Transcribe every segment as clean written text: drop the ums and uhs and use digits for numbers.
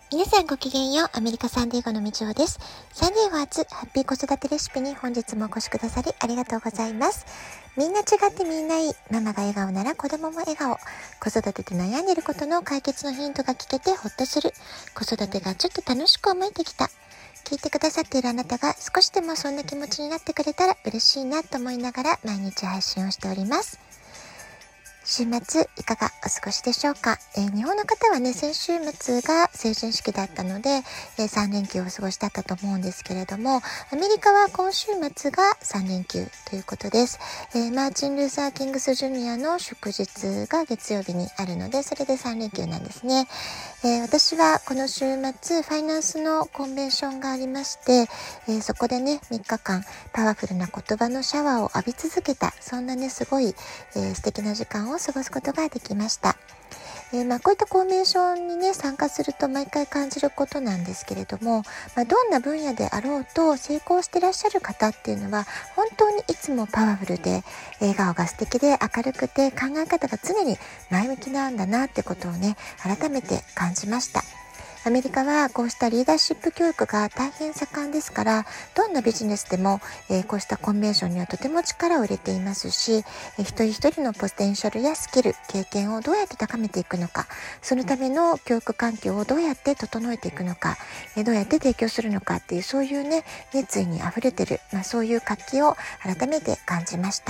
皆さんごきげんよう。アメリカサンディエゴのみちおです。サンディエゴ発ハッピー子育てレシピに本日もお越しくださりありがとうございます。みんな違ってみんないい。ママが笑顔なら子供も笑顔。子育てで悩んでいることの解決のヒントが聞けてほっとする。子育てがちょっと楽しく思えてきた。聞いてくださっているあなたが少しでもそんな気持ちになってくれたら嬉しいなと思いながら毎日配信をしております。週末いかがお過ごしでしょうか。日本の方はね、先週末が成人式だったので、3連休をお過ごしだったと思うんですけれども、アメリカは今週末が3連休ということです。マーチン・ルーサー・キングス・ジュニアの祝日が月曜日にあるので、それで3連休なんですね。私はこの週末ファイナンスのコンベンションがありまして、そこでね3日間パワフルな言葉のシャワーを浴び続けた、そんなねすごい、素敵な時間を過ごすことができました。こういったコンベンションにね参加すると毎回感じることなんですけれども、どんな分野であろうと成功してらっしゃる方っていうのは本当にいつもパワフルで笑顔が素敵で明るくて考え方が常に前向きなんだなってことをね改めて感じました。アメリカはこうしたリーダーシップ教育が大変盛んですから、どんなビジネスでも、こうしたコンベンションにはとても力を入れていますし、一人一人のポテンシャルやスキル、経験をどうやって高めていくのか、そのための教育環境をどうやって整えていくのか、どうやって提供するのかっていうそういうね熱意にあふれてる、そういう活気を改めて感じました。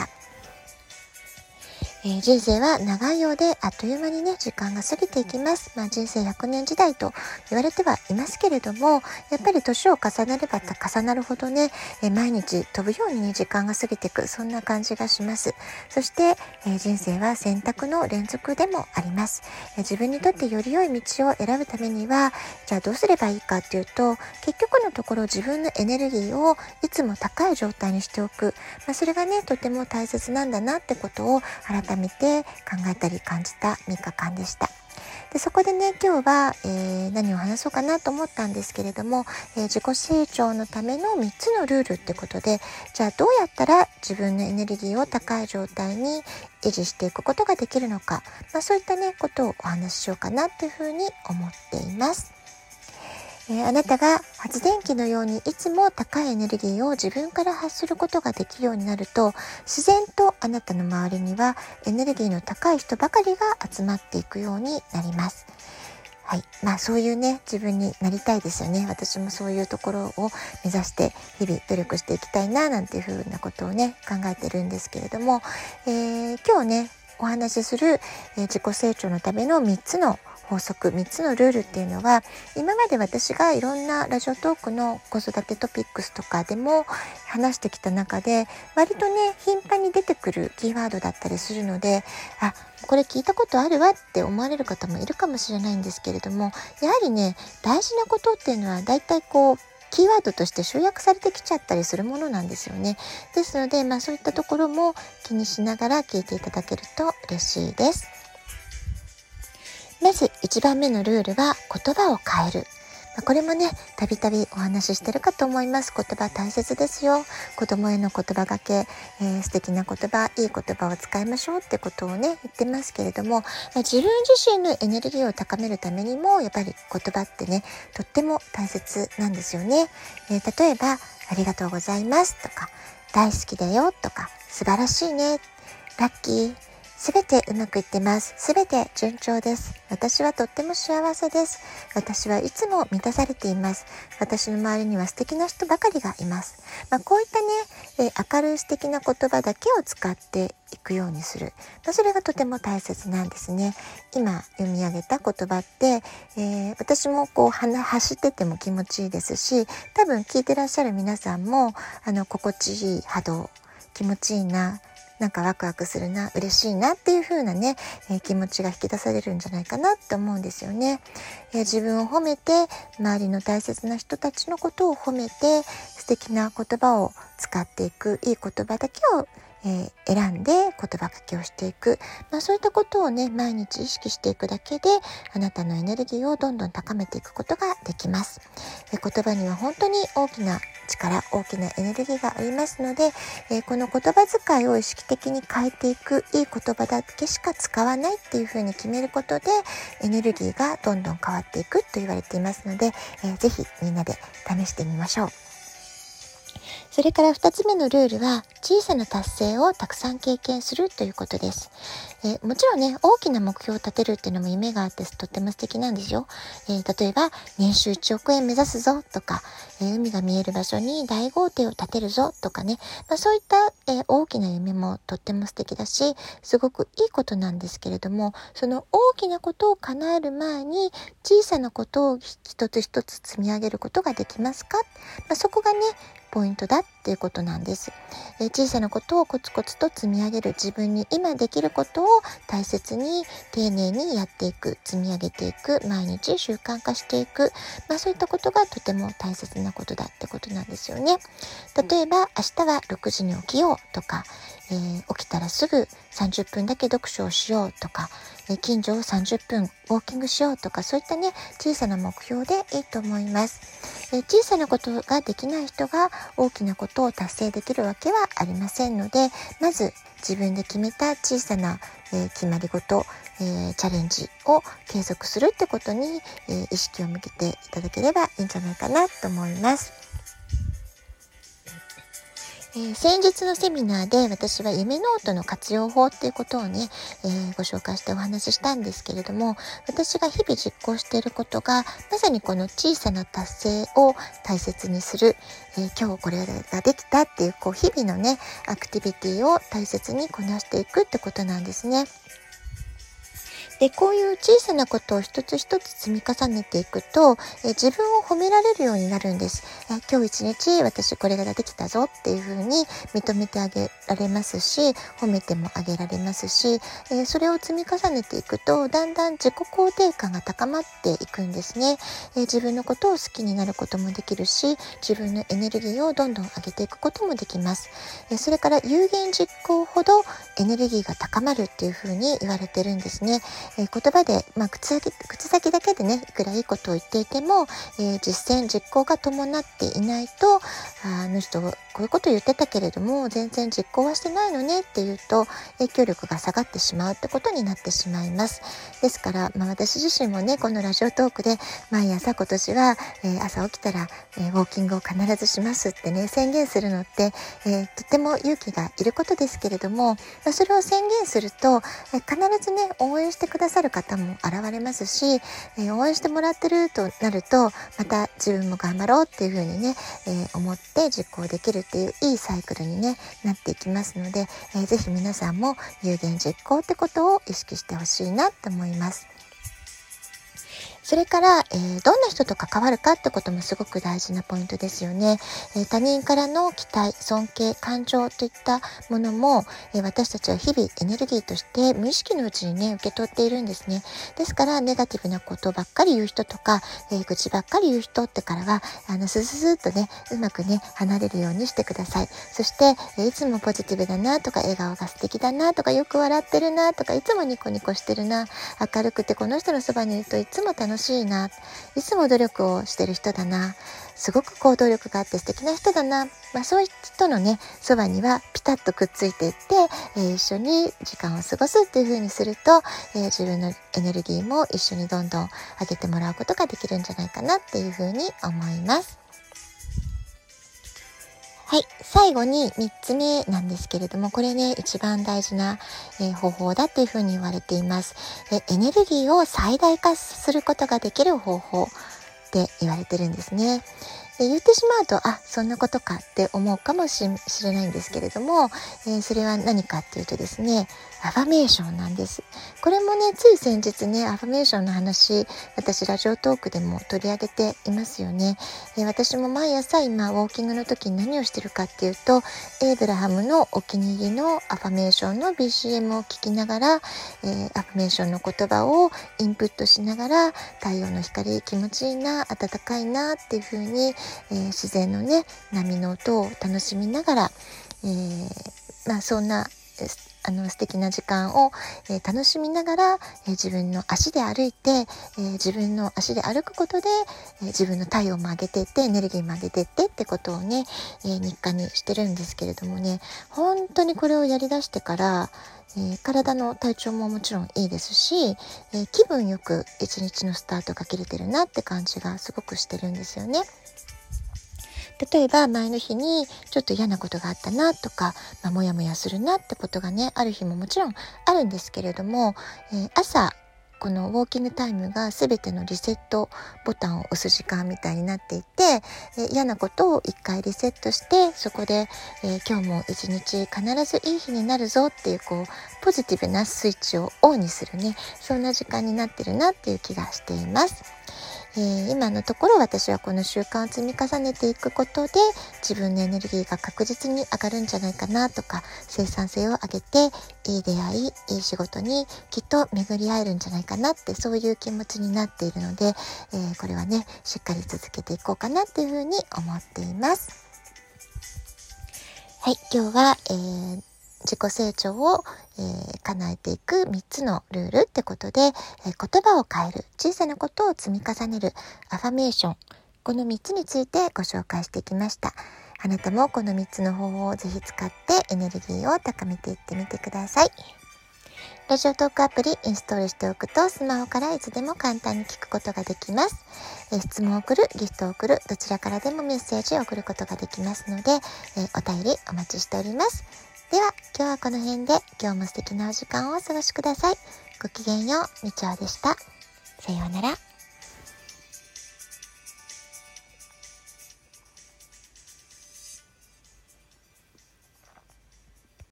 人生は長いようであっという間にね時間が過ぎていきます。人生100年時代と言われてはいますけれども、やっぱり年を重ねれば重なるほどね、毎日飛ぶようにね時間が過ぎていく、そんな感じがします。そして、人生は選択の連続でもあります。自分にとってより良い道を選ぶためにはじゃあどうすればいいかっていうと、結局のところ自分のエネルギーをいつも高い状態にしておく、それがねとても大切なんだなってことを改めて考えたり感じた3日間でした。でそこでね今日は、何を話そうかなと思ったんですけれども、自己成長のための3つのルールってことで、じゃあどうやったら自分のエネルギーを高い状態に維持していくことができるのか、そういったねことをお話ししようかなというふうに思っています。あなたが発電機のようにいつも高いエネルギーを自分から発することができるようになると、自然とあなたの周りにはエネルギーの高い人ばかりが集まっていくようになります。はい、そういうね自分になりたいですよね。私もそういうところを目指して日々努力していきたいななんていうふうなことをね考えてるんですけれども、今日ねお話しする、自己成長のための3つの法則、3つのルールっていうのは、今まで私がいろんなラジオトークの子育てトピックスとかでも話してきた中で割とね頻繁に出てくるキーワードだったりするので、これ聞いたことあるわって思われる方もいるかもしれないんですけれども、やはりね大事なことっていうのはだいたいキーワードとして集約されてきちゃったりするものなんですよね。ですので、そういったところも気にしながら聞いていただけると嬉しいです。まず1番目のルールは言葉を変える。これもねたびたびお話ししてるかと思います。言葉大切ですよ。子供への言葉がけ、素敵な言葉、いい言葉を使いましょうってことをね言ってますけれども、自分自身のエネルギーを高めるためにもやっぱり言葉ってねとっても大切なんですよね。例えばありがとうございますとか、大好きだよとか、素晴らしいね、ラッキー、すべてうまくいってます。すべて順調です。私はとっても幸せです。私はいつも満たされています。私の周りには素敵な人ばかりがいます。こういったね、明るい素敵な言葉だけを使っていくようにする。それがとても大切なんですね。今読み上げた言葉って、私も走ってても気持ちいいですし、多分聞いてらっしゃる皆さんも心地いい波動、気持ちいいな、なんかワクワクするな、嬉しいなっていう風なね、気持ちが引き出されるんじゃないかなって思うんですよね。自分を褒めて、周りの大切な人たちのことを褒めて、素敵な言葉を使っていく、いい言葉だけを選んで言葉かけをしていく、そういったことをね毎日意識していくだけであなたのエネルギーをどんどん高めていくことができます。言葉には本当に大きな力、大きなエネルギーがありますので、この言葉遣いを意識的に変えていく、いい言葉だけしか使わないっていうふうに決めることでエネルギーがどんどん変わっていくと言われていますので、ぜひみんなで試してみましょう。それから2つ目のルールは小さな達成をたくさん経験するということです。もちろんね大きな目標を立てるっていうのも夢があってとっても素敵なんですよ。例えば年収1億円目指すぞとか、海が見える場所に大豪邸を建てるぞとかね、そういった、大きな夢もとっても素敵だしすごくいいことなんですけれども、その大きなことを叶える前に小さなことを一つ一つ積み上げることができますか？そこがねポイントだっていうことなんです。小さなことをコツコツと積み上げる、自分に今できることを大切に丁寧にやっていく、積み上げていく、毎日習慣化していく、そういったことがとても大切なことだってことなんですよね。例えば明日は6時に起きようとか、起きたらすぐ30分だけ読書をしようとか、近所を30分ウォーキングしようとか、そういったね小さな目標でいいと思います。小さなことができない人が大きなことを達成できるわけはありませんので、まず自分で決めた小さな、決まり事、チャレンジを継続するってことに、意識を向けていただければいいんじゃないかなと思います。先日のセミナーで私は夢ノートの活用法っていうことをね、ご紹介してお話ししたんですけれども、私が日々実行していることがまさにこの小さな達成を大切にする、今日これができたっていう、日々のねアクティビティを大切にこなしていくってことなんですね。でこういう小さなことを一つ一つ積み重ねていくと、自分を褒められるようになるんです。今日一日私これができたぞっていうふうに認めてあげられますし、褒めてもあげられますし、それを積み重ねていくとだんだん自己肯定感が高まっていくんですね。自分のことを好きになることもできるし、自分のエネルギーをどんどん上げていくこともできます。それから有言実行ほどエネルギーが高まるっていうふうに言われてるんですね。言葉で、口先だけでねいくらいいことを言っていても、実践実行が伴っていないと、あの人こういうこと言ってたけれども全然実行はしてないのねっていうと影響力が下がってしまうってことになってしまいます。ですから、私自身もねこのラジオトークで毎朝今年は、朝起きたら、ウォーキングを必ずしますってね宣言するのって、とても勇気がいることですけれども、それを宣言すると、必ずね応援してくださる方も現れますし、応援してもらってるとなるとまた自分も頑張ろうっていう風にね、思って実行できるっていういいサイクルに、ね、なっていきますので、ぜひ皆さんも有言実行ってことを意識してほしいなと思います。それから、どんな人と関わるかってこともすごく大事なポイントですよね。他人からの期待、尊敬、感情といったものも、私たちは日々エネルギーとして無意識のうちにね受け取っているんですね。ですからネガティブなことばっかり言う人とか、愚痴ばっかり言う人ってからはスススッとねうまくね離れるようにしてください。そして、いつもポジティブだなとか笑顔が素敵だなとかよく笑ってるなとかいつもニコニコしてるな、明るくてこの人のそばにいるといつも楽しいな、いつも努力をしてる人だな、すごく行動力があって素敵な人だな、そういう人のねそばにはピタッとくっついていって、一緒に時間を過ごすっていう風にすると、自分のエネルギーも一緒にどんどん上げてもらうことができるんじゃないかなっていう風に思います。はい、最後に3つ目なんですけれども、これね一番大事な、方法だっていうふうに言われています。エネルギーを最大化することができる方法って言われてるんですね。言ってしまうとそんなことかって思うかもしれないんですけれども、それは何かっていうとですね、アファメーションなんです。これもねつい先日ねアファメーションの話私ラジオトークでも取り上げていますよね。私も毎朝今ウォーキングの時に何をしてるかっていうと、エイブラハムのお気に入りのアファメーションの BCM を聞きながら、アファメーションの言葉をインプットしながら、太陽の光気持ちいいな、暖かいなっていう風に、自然のね波の音を楽しみながら、 そんな素敵な時間を、楽しみながら、自分の足で歩いて、自分の足で歩くことで、自分の体温も上げていってエネルギーも上げていってってことをね、日課にしてるんですけれどもね、本当にこれをやりだしてから、体の体調ももちろんいいですし、気分よく一日のスタートが切れてるなって感じがすごくしてるんですよね。例えば前の日にちょっと嫌なことがあったなとか、モヤモヤするなってことがねある日ももちろんあるんですけれども、朝このウォーキングタイムが全てのリセットボタンを押す時間みたいになっていて、嫌なことを一回リセットして、そこで、今日も一日必ずいい日になるぞっていうポジティブなスイッチをオンにするね、そんな時間になってるなっていう気がしています。今のところ私はこの習慣を積み重ねていくことで自分のエネルギーが確実に上がるんじゃないかなとか、生産性を上げていい出会い、いい仕事にきっと巡り合えるんじゃないかなって、そういう気持ちになっているので、これはねしっかり続けていこうかなっていうふうに思っています。はい、今日は、自己成長を、叶えていく3つのルールってことで、言葉を変える、小さなことを積み重ねる、アファメーション、この3つについてご紹介してきました。あなたもこの3つの方法をぜひ使ってエネルギーを高めていってみてください。ラジオトークアプリインストールしておくとスマホからいつでも簡単に聞くことができます。質問を送る、ギフトを送る、どちらからでもメッセージを送ることができますので、お便りお待ちしております。では今日はこの辺で、今日も素敵なお時間をお過ごしください。ごきげんよう、みちおでした。さようなら。